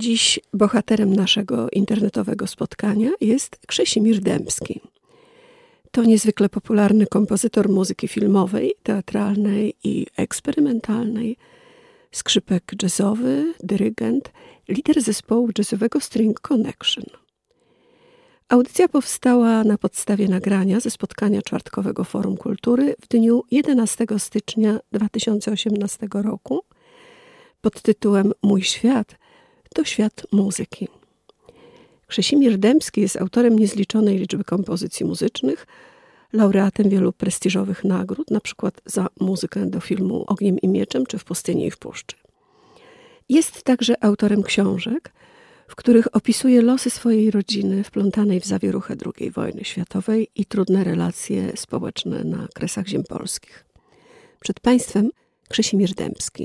Dziś bohaterem naszego internetowego spotkania jest Krzesimir Dębski. To niezwykle popularny kompozytor muzyki filmowej, teatralnej i eksperymentalnej, skrzypek jazzowy, dyrygent, lider zespołu jazzowego String Connection. Audycja powstała na podstawie nagrania ze spotkania czwartkowego Forum Kultury w dniu 11 stycznia 2018 roku pod tytułem Mój świat to świat muzyki. Krzesimir Dębski jest autorem niezliczonej liczby kompozycji muzycznych, laureatem wielu prestiżowych nagród, np. za muzykę do filmu Ogniem i Mieczem czy W pustyni i w puszczy. Jest także autorem książek, w których opisuje losy swojej rodziny wplątanej w zawieruchę II wojny światowej i trudne relacje społeczne na kresach ziem polskich. Przed Państwem Krzesimir Dębski.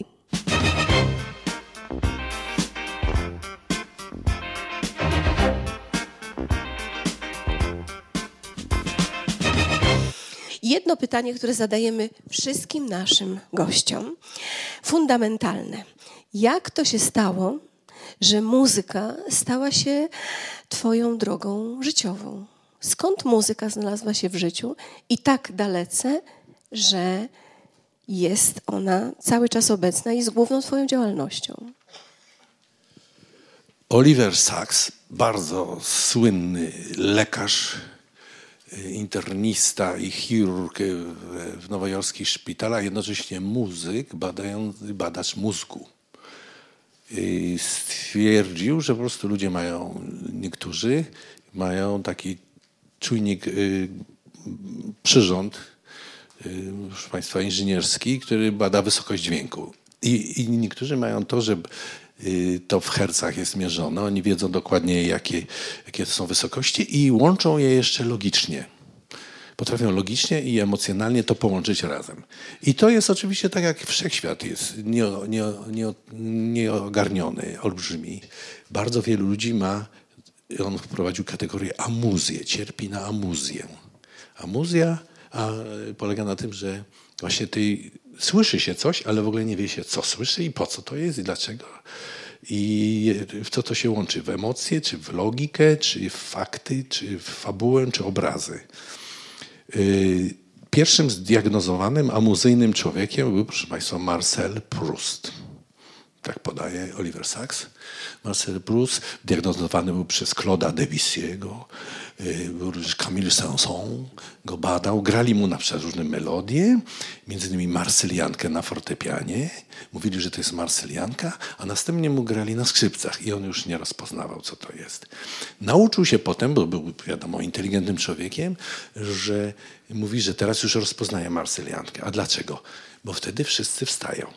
Jedno pytanie, które zadajemy wszystkim naszym gościom, fundamentalne. Jak to się stało, że muzyka stała się Twoją drogą życiową? Skąd muzyka znalazła się w życiu i tak dalece, że jest ona cały czas obecna i jest główną Twoją działalnością? Oliver Sacks, bardzo słynny lekarz, internista i chirurg w nowojorskich szpitalach, jednocześnie muzyk, badacz mózgu. I stwierdził, że po prostu ludzie niektórzy mają taki czujnik, przyrząd, proszę Państwa, inżynierski, który bada wysokość dźwięku. I niektórzy mają to, że to w hercach jest mierzone. Oni wiedzą dokładnie, jakie to są wysokości i łączą je jeszcze logicznie. Potrafią logicznie i emocjonalnie to połączyć razem. I to jest oczywiście tak, jak wszechświat jest nieogarniony, olbrzymi. Bardzo wielu ludzi on wprowadził kategorię amuzję, cierpi na amuzję. Amuzja polega na tym, że właśnie słyszy się coś, ale w ogóle nie wie się, co słyszy i po co to jest i dlaczego. I w co to się łączy? W emocje, czy w logikę, czy w fakty, czy w fabułę, czy obrazy. Pierwszym zdiagnozowanym amuzyjnym człowiekiem był, proszę Państwa, Marcel Proust. Tak podaje Oliver Sacks. Marcel Proust diagnozowany był przez Claude'a Debussy'ego, Camille Saint-Saëns go badał. Grali mu na przykład różne melodie, między innymi Marsyliankę na fortepianie. Mówili, że to jest Marsylianka, a następnie mu grali na skrzypcach i on już nie rozpoznawał, co to jest. Nauczył się potem, bo był, wiadomo, inteligentnym człowiekiem, że mówi, że teraz już rozpoznaje Marsyliankę. A dlaczego? Bo wtedy wszyscy wstają.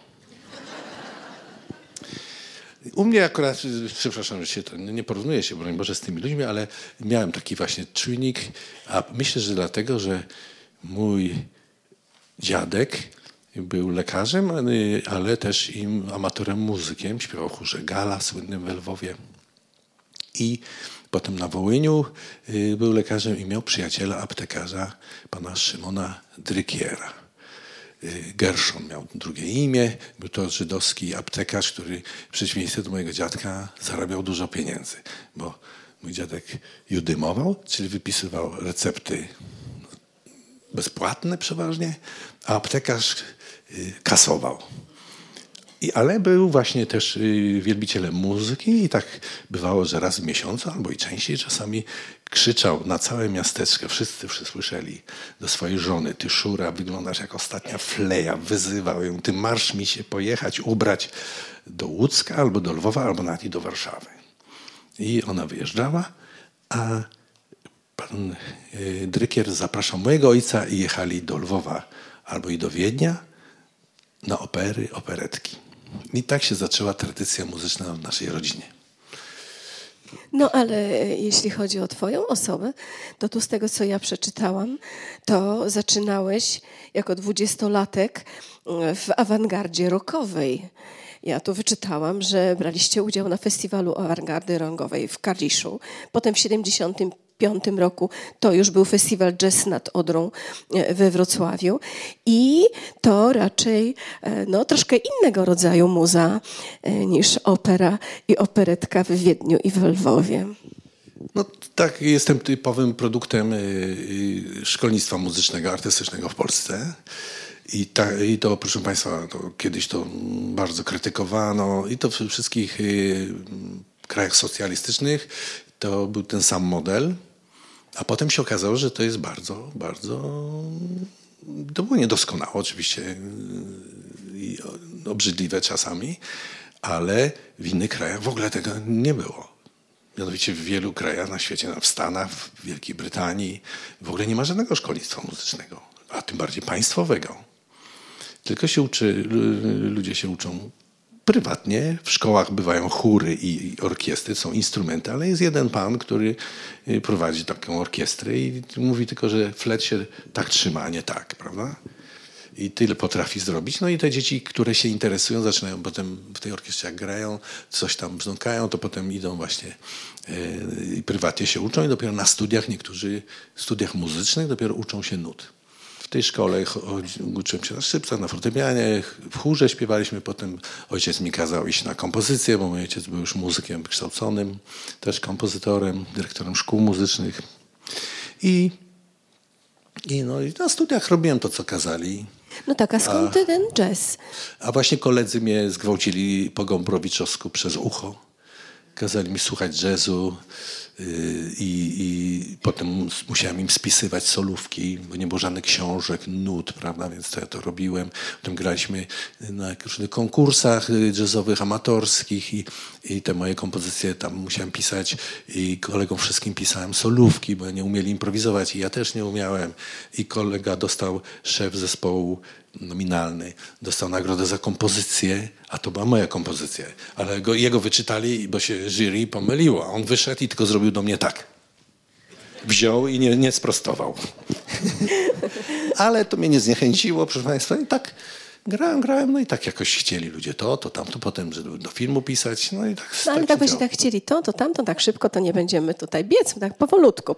U mnie akurat, przepraszam, że się to nie porównuję się, broń Boże, z tymi ludźmi, ale miałem taki właśnie czujnik, a myślę, że dlatego, że mój dziadek był lekarzem, ale też i amatorem muzykiem, śpiewał w chórze Gala, słynnym w Lwowie. I potem na Wołyniu był lekarzem i miał przyjaciela, aptekarza, pana Szymona Drykiera. Gerszon miał drugie imię. Był to żydowski aptekarz, który w przeciwieństwie do mojego dziadka zarabiał dużo pieniędzy, bo mój dziadek judymował, czyli wypisywał recepty bezpłatne przeważnie, a aptekarz kasował. Ale był właśnie też wielbicielem muzyki i tak bywało, że raz w miesiącu albo i częściej czasami krzyczał na całe miasteczko, wszyscy słyszeli, do swojej żony: ty szura, wyglądasz jak ostatnia fleja, wyzywał ją: ty marsz mi się pojechać, ubrać do Łódzka albo do Lwowa, albo nawet i do Warszawy. I ona wyjeżdżała, a pan Drykier zapraszał mojego ojca i jechali do Lwowa albo i do Wiednia na opery, operetki. I tak się zaczęła tradycja muzyczna w naszej rodzinie. No ale jeśli chodzi o Twoją osobę, to tu z tego, co ja przeczytałam, to zaczynałeś jako 20-latek w awangardzie rockowej. Ja tu wyczytałam, że braliście udział na festiwalu awangardy rockowej w Kaliszu. Potem w 75 1995 roku to już był festiwal Jazz nad Odrą we Wrocławiu i to raczej troszkę innego rodzaju muza niż opera i operetka w Wiedniu i w Lwowie. No tak, jestem typowym produktem szkolnictwa muzycznego, artystycznego w Polsce. I to, proszę Państwa, to kiedyś to bardzo krytykowano i to w wszystkich krajach socjalistycznych to był ten sam model, a potem się okazało, że to jest bardzo, bardzo... To było niedoskonałe oczywiście i obrzydliwe czasami, ale w innych krajach w ogóle tego nie było. Mianowicie w wielu krajach na świecie, w Stanach, w Wielkiej Brytanii w ogóle nie ma żadnego szkolnictwa muzycznego, a tym bardziej państwowego. Tylko ludzie się uczą prywatnie. W szkołach bywają chóry i orkiestry, są instrumenty, ale jest jeden pan, który prowadzi taką orkiestrę i mówi tylko, że flet się tak trzyma, a nie tak, prawda? I tyle potrafi zrobić. No i te dzieci, które się interesują, zaczynają potem w tej orkiestrze jak grają, coś tam brzdąkają, to potem idą właśnie i prywatnie się uczą i dopiero na studiach, niektórzy studiach muzycznych dopiero uczą się nut. W tej szkole uczyłem się na skrzypcach, na fortepianie, w chórze śpiewaliśmy. Potem ojciec mi kazał iść na kompozycję, bo mój ojciec był już muzykiem wykształconym, też kompozytorem, dyrektorem szkół muzycznych. I na studiach robiłem to, co kazali. No tak, a skąd ten jazz? A właśnie koledzy mnie zgwałcili po gombrowiczorsku przez ucho. Kazali mi słuchać jazzu i potem musiałem im spisywać solówki, bo nie było żadnych książek, nut, prawda, więc to ja to robiłem. Potem graliśmy na różnych konkursach jazzowych, amatorskich i te moje kompozycje tam musiałem pisać i kolegom wszystkim pisałem solówki, bo nie umieli improwizować i ja też nie umiałem. I kolega dostał, szef zespołu nominalny, dostał nagrodę za kompozycję, a to była moja kompozycja, ale jego wyczytali, bo się jury pomyliło, a on wyszedł i tylko zrobił do mnie tak. Wziął i nie sprostował. Ale to mnie nie zniechęciło, proszę Państwa, i tak grałem, no i tak jakoś chcieli ludzie to, tamto, potem, żeby do filmu pisać, no i tak. No ale tak właśnie tak chcieli to, tamto, tak szybko, to nie będziemy tutaj biec, tak powolutku.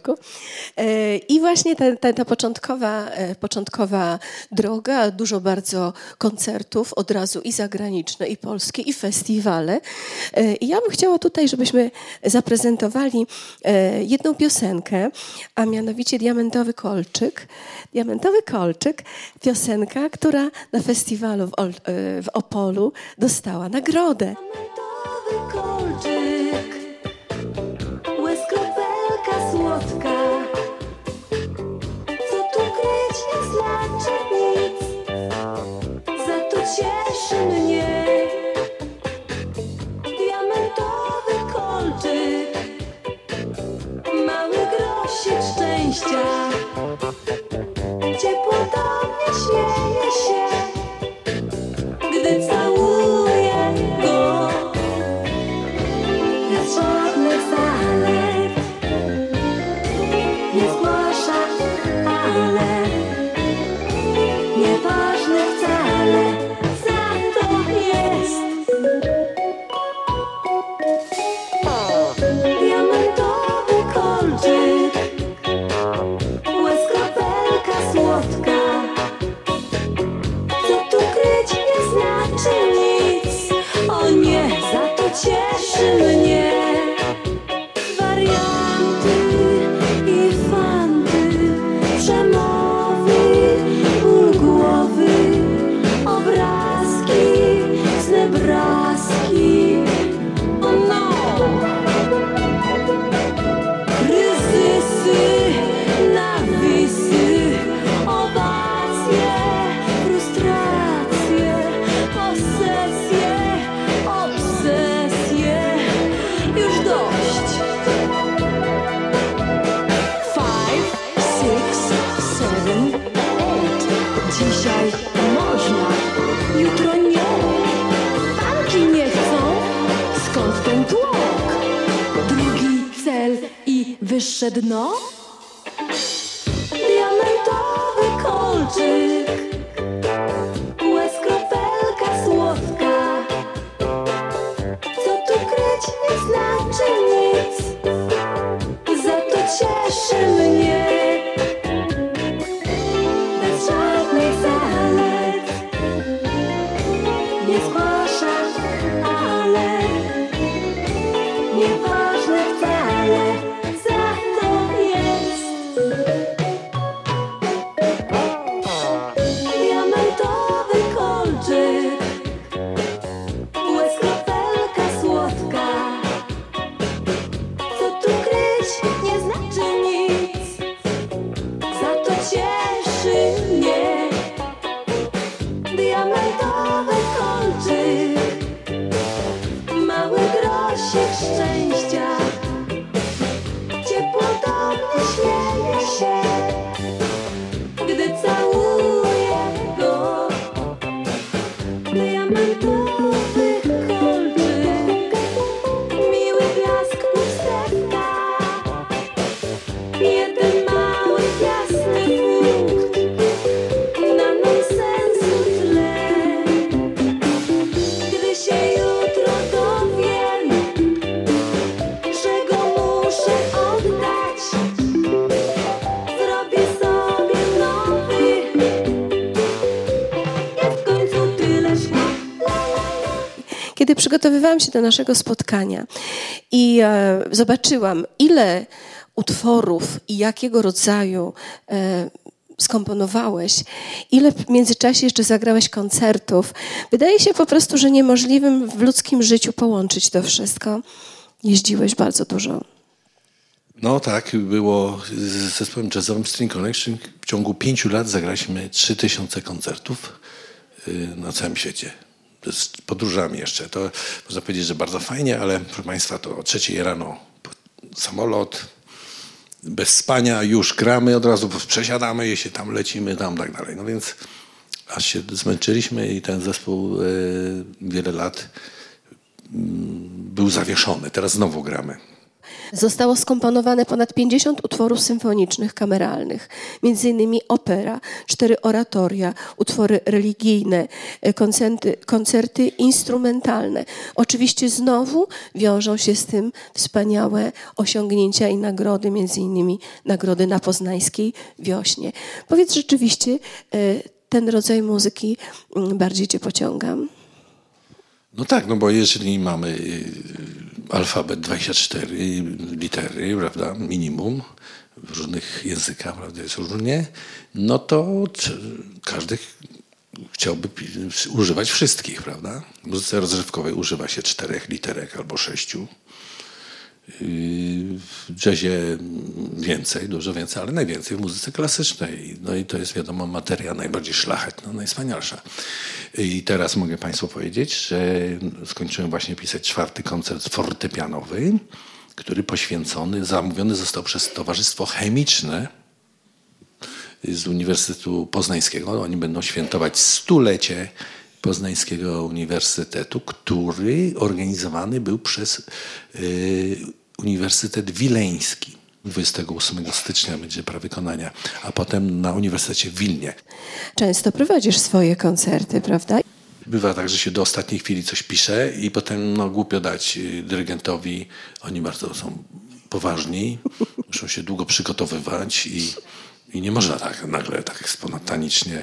I właśnie ta początkowa droga, dużo bardzo koncertów, od razu i zagraniczne, i polskie, i festiwale. I ja bym chciała tutaj, żebyśmy zaprezentowali jedną piosenkę, a mianowicie Diamentowy Kolczyk. Diamentowy Kolczyk, piosenka, która na festiwalu w Opolu dostała nagrodę. Diamentowy kolczyk, łez kropelka słodka, co tu kryć nie znaczy nic, za to cieszy mnie. Diamentowy kolczyk, mały grosik szczęścia, ciepło do mnie śmieje się, gdy całuję go. Jest żadnych zalet, nie zgłasza, ale nieważne wcale, za to jest. Diamentowy kolczyk, łez kropelka słodka, co tu kryć nie znaczy nic, o nie, za to cieszy mnie. Warianty i fanty, przemowy, ból głowy, obrazki z Nebraski. O no! Kryzysy, nawisy, owacje, frustracje, posesje, obsesje. Już dość. 5, 6, 7, 8. Dzisiaj można, jutro nie. Banki nie chcą. Skąd ten tłok? Drugi cel i wyższe dno? Diamentowy kolczyk, łez kropelka słodka, co tu kryć nie znaczy nic, za to cieszy mnie. Diamentowe kolczy, mały grosik szczęścia, ciepło do mnie śmieje się, gdy całuję go. Diamentowych kolczyk, miły blask pustewka, jeden mały jasny punkt na nonsensu tle. Gdy się jutro dowiem, że go muszę oddać, zrobię sobie nowy. Ja w końcu tyle szła. Kiedy przygotowywałam się do naszego spotkania i zobaczyłam, ile utworów i jakiego rodzaju skomponowałeś, ile w międzyczasie jeszcze zagrałeś koncertów, wydaje się po prostu, że niemożliwym w ludzkim życiu połączyć to wszystko. Jeździłeś bardzo dużo. No tak, było z zespołem jazzowym String Connection. W ciągu 5 lat zagraliśmy 3000 koncertów na całym świecie. Z podróżami jeszcze. To można powiedzieć, że bardzo fajnie, ale proszę Państwa, to o 3 rano samolot, bez spania, już gramy, od razu przesiadamy się, tam lecimy, tam tak dalej. No więc aż się zmęczyliśmy i ten zespół wiele lat był zawieszony. Teraz znowu gramy. Zostało skomponowane ponad 50 utworów symfonicznych, kameralnych, między innymi opera, 4 oratoria, utwory religijne, koncerty instrumentalne. Oczywiście znowu wiążą się z tym wspaniałe osiągnięcia i nagrody, między innymi nagrody na Poznańskiej Wiośnie. Powiedz, rzeczywiście ten rodzaj muzyki bardziej cię pociąga? No tak, no bo jeżeli mamy alfabet 24 litery, prawda, minimum, w różnych językach, prawda, jest różnie, no to każdy chciałby używać wszystkich, prawda? W muzyce rozrywkowej używa się 4 literek albo 6. W jazzie więcej, dużo więcej, ale najwięcej w muzyce klasycznej. No i to jest, wiadomo, materia najbardziej szlachetna, najwspanialsza. I teraz mogę Państwu powiedzieć, że skończyłem właśnie pisać 4. koncert fortepianowy, który zamówiony został przez Towarzystwo Chemiczne z Uniwersytetu Poznańskiego. Oni będą świętować 100-lecie Poznańskiego Uniwersytetu, który organizowany był przez Uniwersytet Wileński. 28 stycznia będzie prawykonania, a potem na Uniwersytecie w Wilnie. Często prowadzisz swoje koncerty, prawda? Bywa tak, że się do ostatniej chwili coś pisze i potem głupio dać dyrygentowi. Oni bardzo są poważni, muszą się długo przygotowywać i nie można tak nagle, tak spontanicznie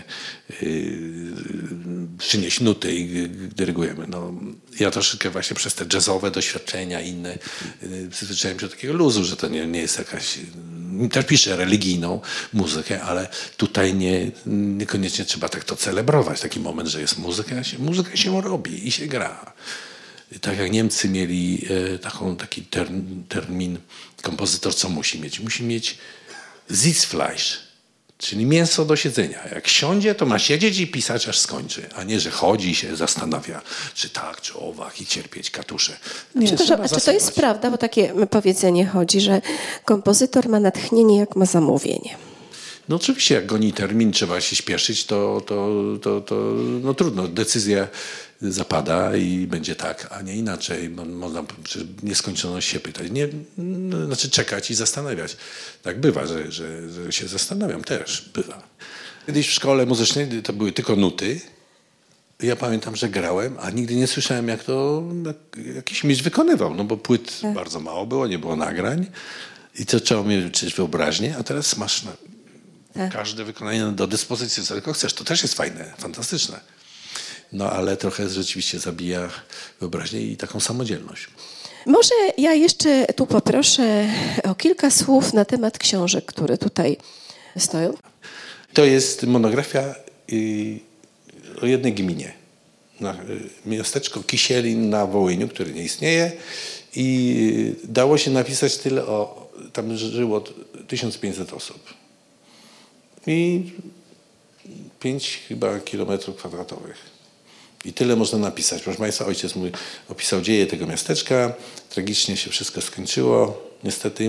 przynieść nuty i dyrygujemy. No, ja troszeczkę właśnie przez te jazzowe doświadczenia inne przyzwyczaiłem się do takiego luzu, że to nie jest jakaś... Też piszę religijną muzykę, ale tutaj niekoniecznie trzeba tak to celebrować. Taki moment, że jest muzyka się robi i się gra. Tak jak Niemcy mieli taki termin, kompozytor co musi mieć? Musi mieć Sitzfleisch, czyli mięso do siedzenia. Jak siądzie, to ma siedzieć i pisać, aż skończy, a nie, że chodzi i się zastanawia, czy tak, czy owak i cierpieć katusze. Nie, czy to jest prawda, bo takie powiedzenie chodzi, że kompozytor ma natchnienie, jak ma zamówienie? No oczywiście, jak goni termin, trzeba się śpieszyć, to no trudno. Decyzja zapada i będzie tak, a nie inaczej. Można nieskończoność się pytać. Znaczy czekać i zastanawiać. Tak bywa, że się zastanawiam też. Bywa. Kiedyś w szkole muzycznej to były tylko nuty. Ja pamiętam, że grałem, a nigdy nie słyszałem, jak to jakiś mistrz wykonywał. No bo płyt bardzo mało było, nie było nagrań. I to trzeba mieć wyobraźnię, a teraz masz każde wykonanie do dyspozycji, co tylko chcesz. To też jest fajne, fantastyczne. No ale trochę rzeczywiście zabija wyobraźnię i taką samodzielność. Może ja jeszcze tu poproszę o kilka słów na temat książek, które tutaj stoją. To jest monografia o jednej gminie. Miasteczko Kisielin na Wołyniu, które nie istnieje. I dało się napisać tyle tam żyło 1500 osób. i 5 chyba kilometrów kwadratowych. I tyle można napisać. Proszę Państwa, ojciec mój opisał dzieje tego miasteczka. Tragicznie się wszystko skończyło, niestety.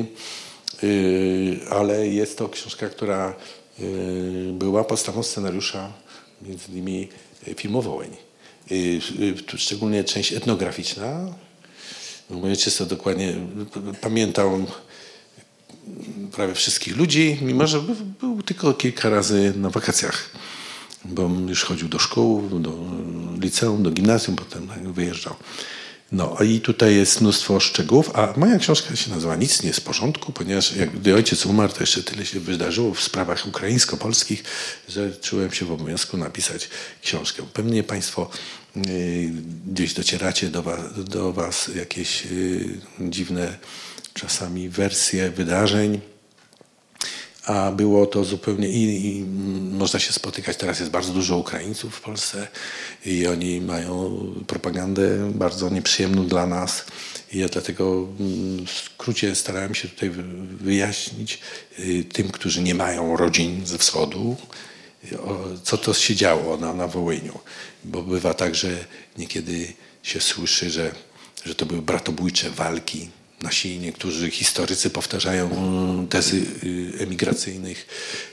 Ale jest to książka, która była podstawą scenariusza, między innymi filmu Wołyń. Szczególnie część etnograficzna. Mój ojciec to dokładnie pamiętał prawie wszystkich ludzi, mimo że był tylko kilka razy na wakacjach, bo już chodził do szkół, do liceum, do gimnazjum, potem wyjeżdżał. No i tutaj jest mnóstwo szczegółów, a moja książka się nazywa Nic nie jest w porządku, ponieważ gdy ojciec umarł, to jeszcze tyle się wydarzyło w sprawach ukraińsko-polskich, że czułem się w obowiązku napisać książkę. Pewnie Państwo gdzieś docieracie do Was jakieś dziwne czasami wersje wydarzeń, a było to zupełnie i można się spotykać. Teraz jest bardzo dużo Ukraińców w Polsce i oni mają propagandę bardzo nieprzyjemną dla nas. I ja dlatego w skrócie starałem się tutaj wyjaśnić tym, którzy nie mają rodzin ze wschodu, co to się działo na Wołyniu. Bo bywa tak, że niekiedy się słyszy, że to były bratobójcze walki. Nasi niektórzy historycy powtarzają tezy emigracyjnych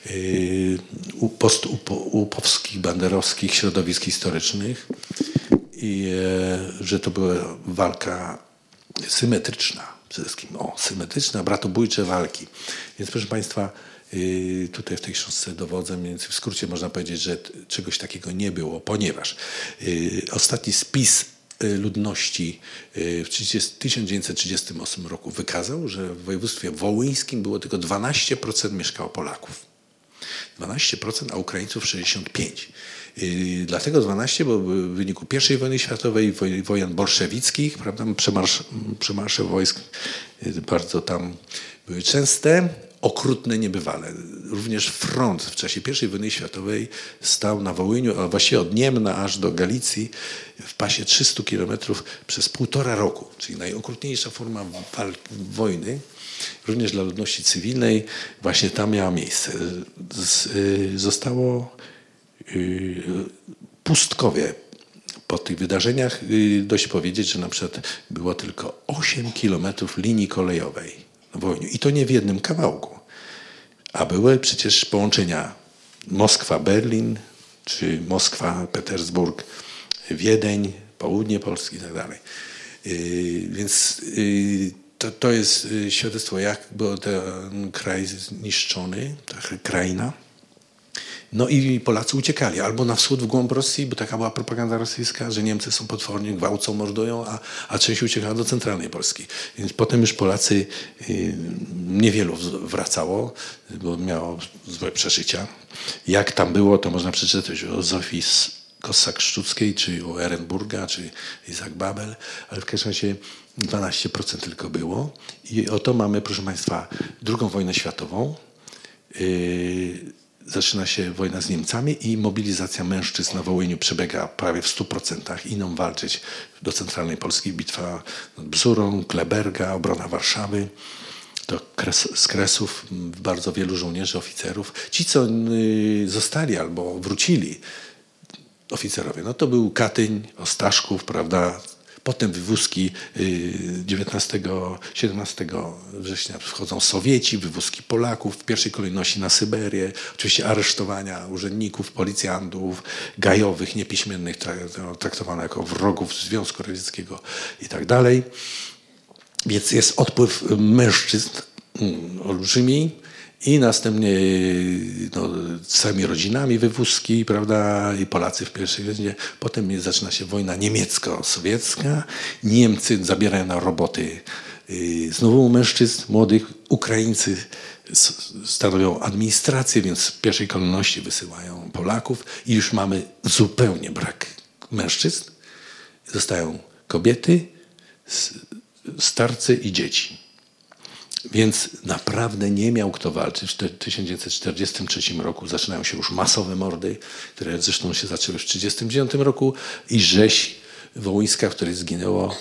postupowskich, banderowskich środowisk historycznych i że to była walka symetryczna. Przede wszystkim symetryczna, bratobójcze walki. Więc proszę Państwa, tutaj w tej książce dowodzę, więc w skrócie można powiedzieć, że czegoś takiego nie było, ponieważ ostatni spis ludności w 1938 roku wykazał, że w województwie wołyńskim było tylko 12% mieszkało Polaków. 12%, a Ukraińców 65%. Dlatego 12%, bo w wyniku I wojny światowej, wojen bolszewickich, prawda, przemarsze wojsk bardzo tam były częste, okrutne niebywale. Również front w czasie I wojny światowej stał na Wołyniu, a właściwie od Niemna aż do Galicji w pasie 300 kilometrów przez 1,5 roku. Czyli najokrutniejsza forma wojny, również dla ludności cywilnej, właśnie tam miała miejsce. Zostało pustkowie. Po tych wydarzeniach dość powiedzieć, że na przykład było tylko 8 kilometrów linii kolejowej na Wołyniu. I to nie w jednym kawałku. A były przecież połączenia Moskwa-Berlin, czy Moskwa-Petersburg, Wiedeń, południe Polski i tak dalej. Więc to jest świadectwo, jak był ten kraj zniszczony, ta kraina. No i Polacy uciekali albo na wschód w głąb Rosji, bo taka była propaganda rosyjska, że Niemcy są potwornie, gwałcą, mordują, a część uciekała do centralnej Polski. Więc potem już Polacy, niewielu wracało, bo miało złe przeżycia. Jak tam było, to można przeczytać o Zofii Kossak-Szczuckiej, czy o Ehrenburga, czy Isaac Babel, ale w każdym razie 12% tylko było. I oto mamy, proszę Państwa, II wojnę światową. Zaczyna się wojna z Niemcami i mobilizacja mężczyzn na Wołyniu przebiega prawie w 100%. Idą walczyć do centralnej Polski. Bitwa nad Bzurą, Kleberga, obrona Warszawy. To z Kresów bardzo wielu żołnierzy, oficerów. Ci, co zostali albo wrócili, oficerowie, no to był Katyń, Ostaszków, prawda? Potem wywózki 17 września wchodzą Sowieci, wywózki Polaków, w pierwszej kolejności na Syberię, oczywiście aresztowania urzędników, policjantów, gajowych, niepiśmiennych, traktowano jako wrogów Związku Radzieckiego i tak dalej. Więc jest odpływ mężczyzn olbrzymi i następnie z całymi rodzinami wywózki, prawda, i Polacy w pierwszej rzędzie. Potem zaczyna się wojna niemiecko-sowiecka. Niemcy zabierają na roboty znowu mężczyzn młodych. Ukraińcy stanowią administrację, więc w pierwszej kolejności wysyłają Polaków i już mamy zupełnie brak mężczyzn. Zostają kobiety, starcy i dzieci. Więc naprawdę nie miał kto walczyć. W 1943 roku zaczynają się już masowe mordy, które zresztą się zaczęły w 1939 roku i rzeź wołyńska, w której zginęło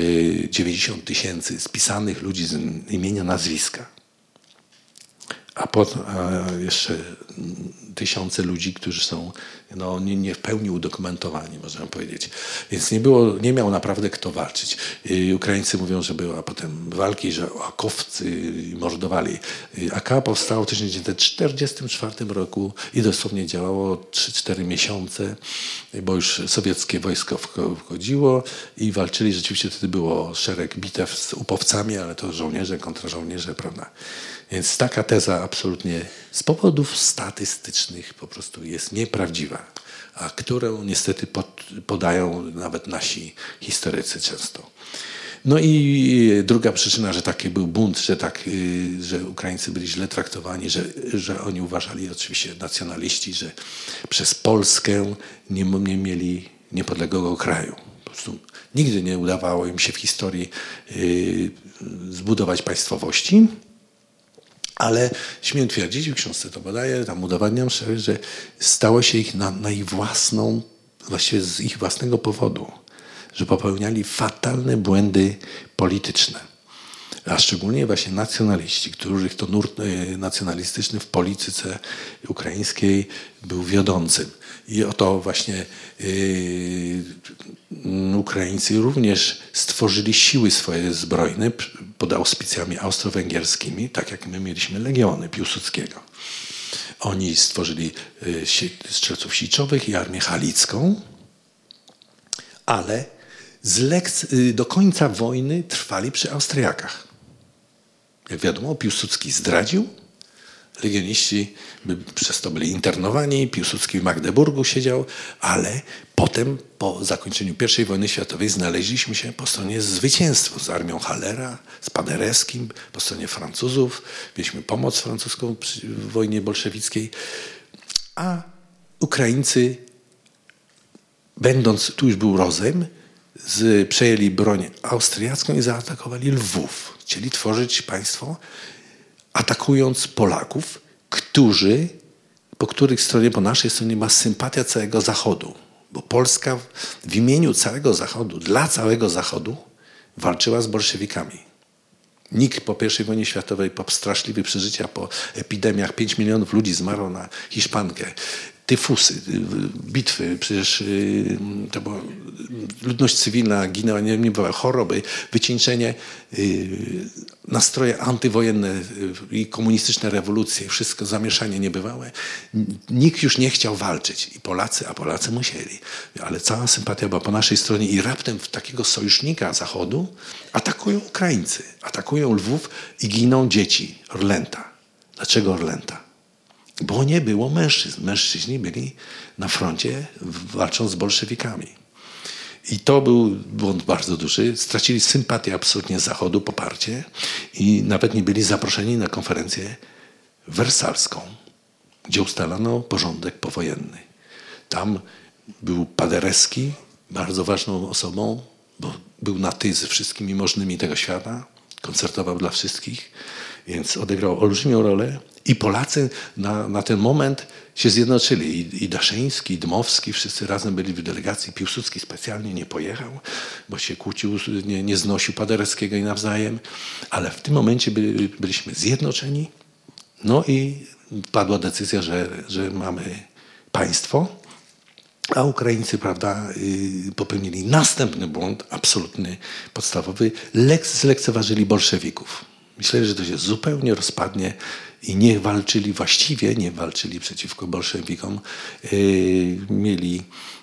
90 000 spisanych ludzi z imienia, nazwiska. A a jeszcze tysiące ludzi, którzy są nie w pełni udokumentowani, można powiedzieć. Więc nie miał naprawdę kto walczyć. Ukraińcy mówią, że była potem walki, że akowcy mordowali. AK powstało w 1944 roku i dosłownie działało 3-4 miesiące, bo już sowieckie wojsko wchodziło i walczyli. Rzeczywiście wtedy było szereg bitew z upowcami, ale to żołnierze, kontrażołnierze, prawda? Więc taka teza absolutnie z powodów statystycznych po prostu jest nieprawdziwa, a którą niestety podają nawet nasi historycy często. No i druga przyczyna, że taki był bunt, że Ukraińcy byli źle traktowani, że oni uważali, oczywiście nacjonaliści, że przez Polskę nie mieli niepodległego kraju. Po prostu nigdy nie udawało im się w historii zbudować państwowości. Ale śmiem twierdzić, w książce to podaję, tam udowadniam, że stało się ich na ich własną, właściwie z ich własnego powodu, że popełniali fatalne błędy polityczne. A szczególnie właśnie nacjonaliści, których to nurt nacjonalistyczny w polityce ukraińskiej był wiodącym. I oto właśnie Ukraińcy również stworzyli siły swoje zbrojne pod auspicjami austro-węgierskimi, tak jak my mieliśmy legiony Piłsudskiego. Oni stworzyli strzelców siczowych i armię halicką, ale do końca wojny trwali przy Austriakach. Jak wiadomo, Piłsudski zdradził, legioniści przez to byli internowani, Piłsudski w Magdeburgu siedział, ale potem po zakończeniu I wojny światowej znaleźliśmy się po stronie zwycięstwa z armią Hallera, z Paderewskim, po stronie Francuzów. Mieliśmy pomoc francuską w wojnie bolszewickiej, a Ukraińcy, będąc, tu już był rozejm, przejęli broń austriacką i zaatakowali Lwów. Chcieli tworzyć państwo, atakując Polaków, po naszej stronie ma sympatia całego Zachodu. Bo Polska w imieniu całego Zachodu, dla całego Zachodu walczyła z bolszewikami. Nikt po I wojnie światowej, po straszliwych przeżyciach, po epidemiach 5 milionów ludzi zmarło na Hiszpankę. Tyfusy, bitwy, przecież to była ludność cywilna, ginęła, nie były choroby, wycieńczenie, nastroje antywojenne i komunistyczne rewolucje, wszystko zamieszanie niebywałe. Nikt już nie chciał walczyć a Polacy musieli. Ale cała sympatia była po naszej stronie i raptem w takiego sojusznika Zachodu atakują Ukraińcy, atakują Lwów i giną dzieci Orlęta. Dlaczego Orlęta? Bo nie było mężczyzn. Mężczyźni byli na froncie, walcząc z bolszewikami. I to był błąd bardzo duży. Stracili sympatię absolutnie Zachodu, poparcie i nawet nie byli zaproszeni na konferencję wersalską, gdzie ustalano porządek powojenny. Tam był Paderewski, bardzo ważną osobą, bo był na ty ze wszystkimi możnymi tego świata, koncertował dla wszystkich, więc odegrał olbrzymią rolę. I Polacy na ten moment się zjednoczyli. I Daszyński, i Dmowski, wszyscy razem byli w delegacji. Piłsudski specjalnie nie pojechał, bo się kłócił, nie znosił Paderewskiego i nawzajem. Ale w tym momencie byliśmy zjednoczeni. No i padła decyzja, że mamy państwo. A Ukraińcy, prawda, popełnili następny błąd, absolutny, podstawowy. Zlekceważyli bolszewików. Myśleli, że to się zupełnie rozpadnie i nie walczyli przeciwko bolszewikom. Mieli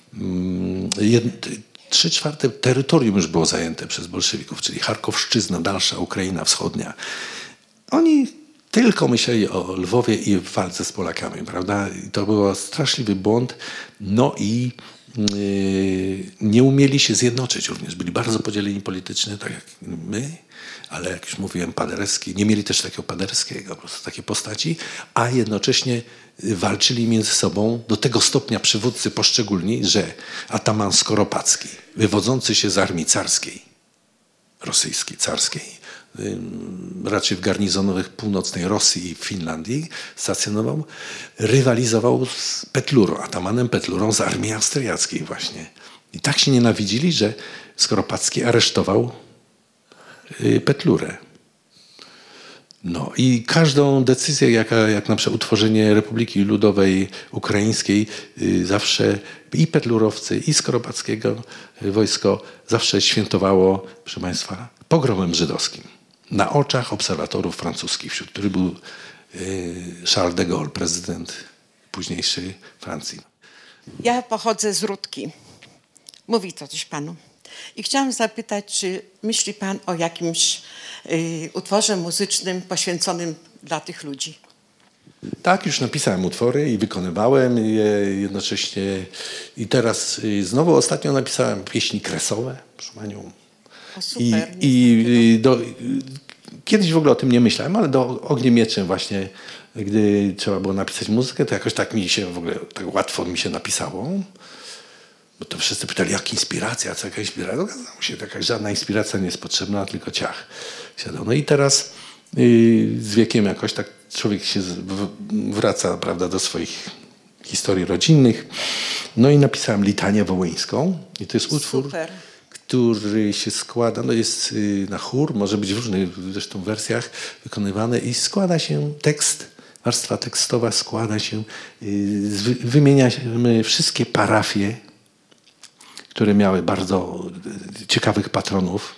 3/4 terytorium już było zajęte przez bolszewików, czyli Charkowszczyzna, dalsza Ukraina wschodnia. Oni tylko myśleli o Lwowie i walce z Polakami, prawda? I to był straszliwy błąd. No i nie umieli się zjednoczyć również. Byli bardzo podzieleni politycznie, tak jak my, ale jak już mówiłem, Paderewski, nie mieli też takiego Paderewskiego, po prostu takie postaci, a jednocześnie walczyli między sobą do tego stopnia przywódcy poszczególni, że ataman Skoropadzki, wywodzący się z armii carskiej, rosyjskiej, carskiej, raczej w garnizonowych północnej Rosji i Finlandii stacjonował, rywalizował z Petlurą, atamanem Petlurą z armii austriackiej właśnie. I tak się nienawidzili, że Skoropadzki aresztował Petlurę. No i każdą decyzję, jak na przykład utworzenie Republiki Ludowej Ukraińskiej, zawsze i petlurowcy, i Skorobackiego wojsko zawsze świętowało, proszę Państwa, pogromem żydowskim. Na oczach obserwatorów francuskich, wśród których był Charles de Gaulle, prezydent późniejszej Francji. Ja pochodzę z Rudki. Mówi to coś panu. I chciałam zapytać, czy myśli pan o jakimś utworze muzycznym poświęconym dla tych ludzi? Tak, już napisałem utwory i wykonywałem je jednocześnie. I teraz znowu ostatnio napisałem pieśni kresowe, proszę panią. O, super. Kiedyś w ogóle o tym nie myślałem, ale do Ogniem Mieczem właśnie, gdy trzeba było napisać muzykę, to jakoś tak mi się w ogóle, tak łatwo mi się napisało. Bo to wszyscy pytali, jak inspiracja, co jaka inspiracja? Okazało się, taka żadna inspiracja nie jest potrzebna, tylko ciach siadał. No i teraz z wiekiem jakoś tak człowiek się wraca, prawda, do swoich historii rodzinnych. No i napisałem Litanię Wołyńską. I to jest utwór, super, który się składa, no jest na chór, może być w różnych zresztą wersjach wykonywany i składa się tekst, warstwa tekstowa składa się, wymieniamy wszystkie parafie, które miały bardzo ciekawych patronów.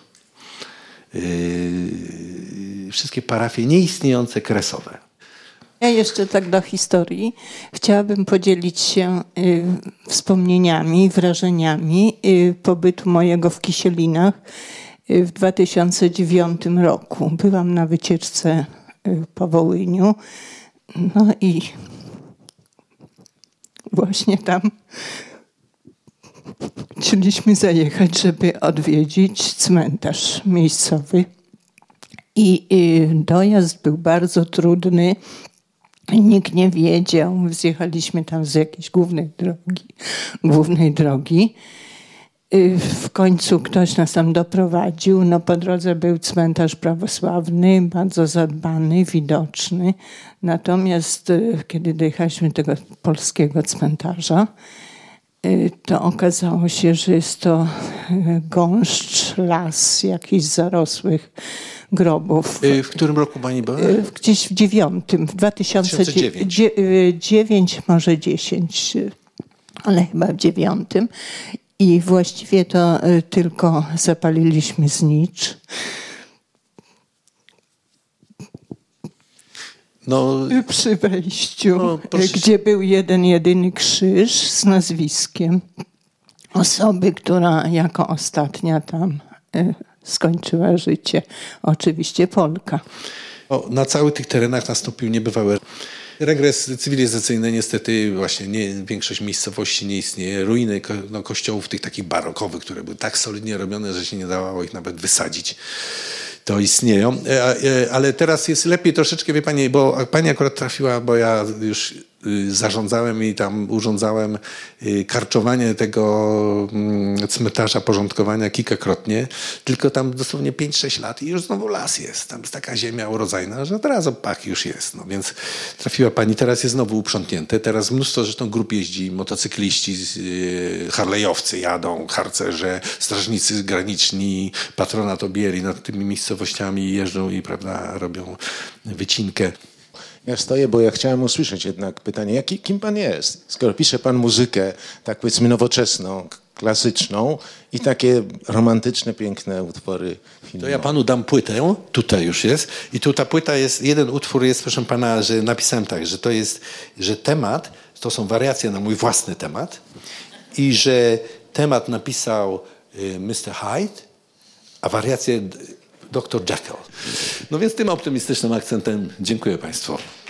Wszystkie parafie nieistniejące kresowe. Ja jeszcze tak do historii chciałabym podzielić się wspomnieniami, wrażeniami pobytu mojego w Kisielinach w 2009 roku. Byłam na wycieczce po Wołyniu, no i właśnie tam chcieliśmy zajechać, żeby odwiedzić cmentarz miejscowy. I dojazd był bardzo trudny. Nikt nie wiedział. Zjechaliśmy tam z jakiejś głównej drogi. W końcu ktoś nas tam doprowadził. No, po drodze był cmentarz prawosławny, bardzo zadbany, widoczny. Natomiast kiedy dojechaliśmy do tego polskiego cmentarza, to okazało się, że jest to gąszcz, las jakichś zarosłych grobów. W którym roku pani była? Gdzieś w 2009, może 10, ale chyba w 9. I właściwie to tylko zapaliliśmy znicz. No, przy wejściu, gdzie był jeden, jedyny krzyż z nazwiskiem osoby, która jako ostatnia tam skończyła życie. Oczywiście Polka. Na całych tych terenach nastąpił niebywały regres cywilizacyjny. Niestety właśnie większość miejscowości nie istnieje. Ruiny kościołów tych takich barokowych, które były tak solidnie robione, że się nie dawało ich nawet wysadzić. To istnieją, ale teraz jest lepiej troszeczkę, wie pani, bo pani akurat trafiła, bo ja już zarządzałem i tam urządzałem karczowanie tego cmentarza, porządkowania kilkakrotnie, tylko tam dosłownie 5-6 lat i już znowu las jest. Tam jest taka ziemia urodzajna, że teraz opach już jest. No więc trafiła pani, teraz jest znowu uprzątnięte. Teraz mnóstwo zresztą grup jeździ, motocykliści, harlejowcy jadą, harcerze, strażnicy graniczni, patronat objęli nad tymi miejscowościami, jeżdżą i prawda, robią wycinkę. Ja stoję, bo ja chciałem usłyszeć jednak pytanie, kim pan jest? Skoro pisze pan muzykę, tak powiedzmy nowoczesną, klasyczną i takie romantyczne, piękne utwory filmowe. To ja panu dam płytę, tutaj już jest. I tu ta płyta jest, jeden utwór jest, proszę pana, że napisałem tak, że to jest, że temat, to są wariacje na mój własny temat i że temat napisał Mr. Hyde, a wariacje Dr. Jekyll. No więc tym optymistycznym akcentem dziękuję państwu.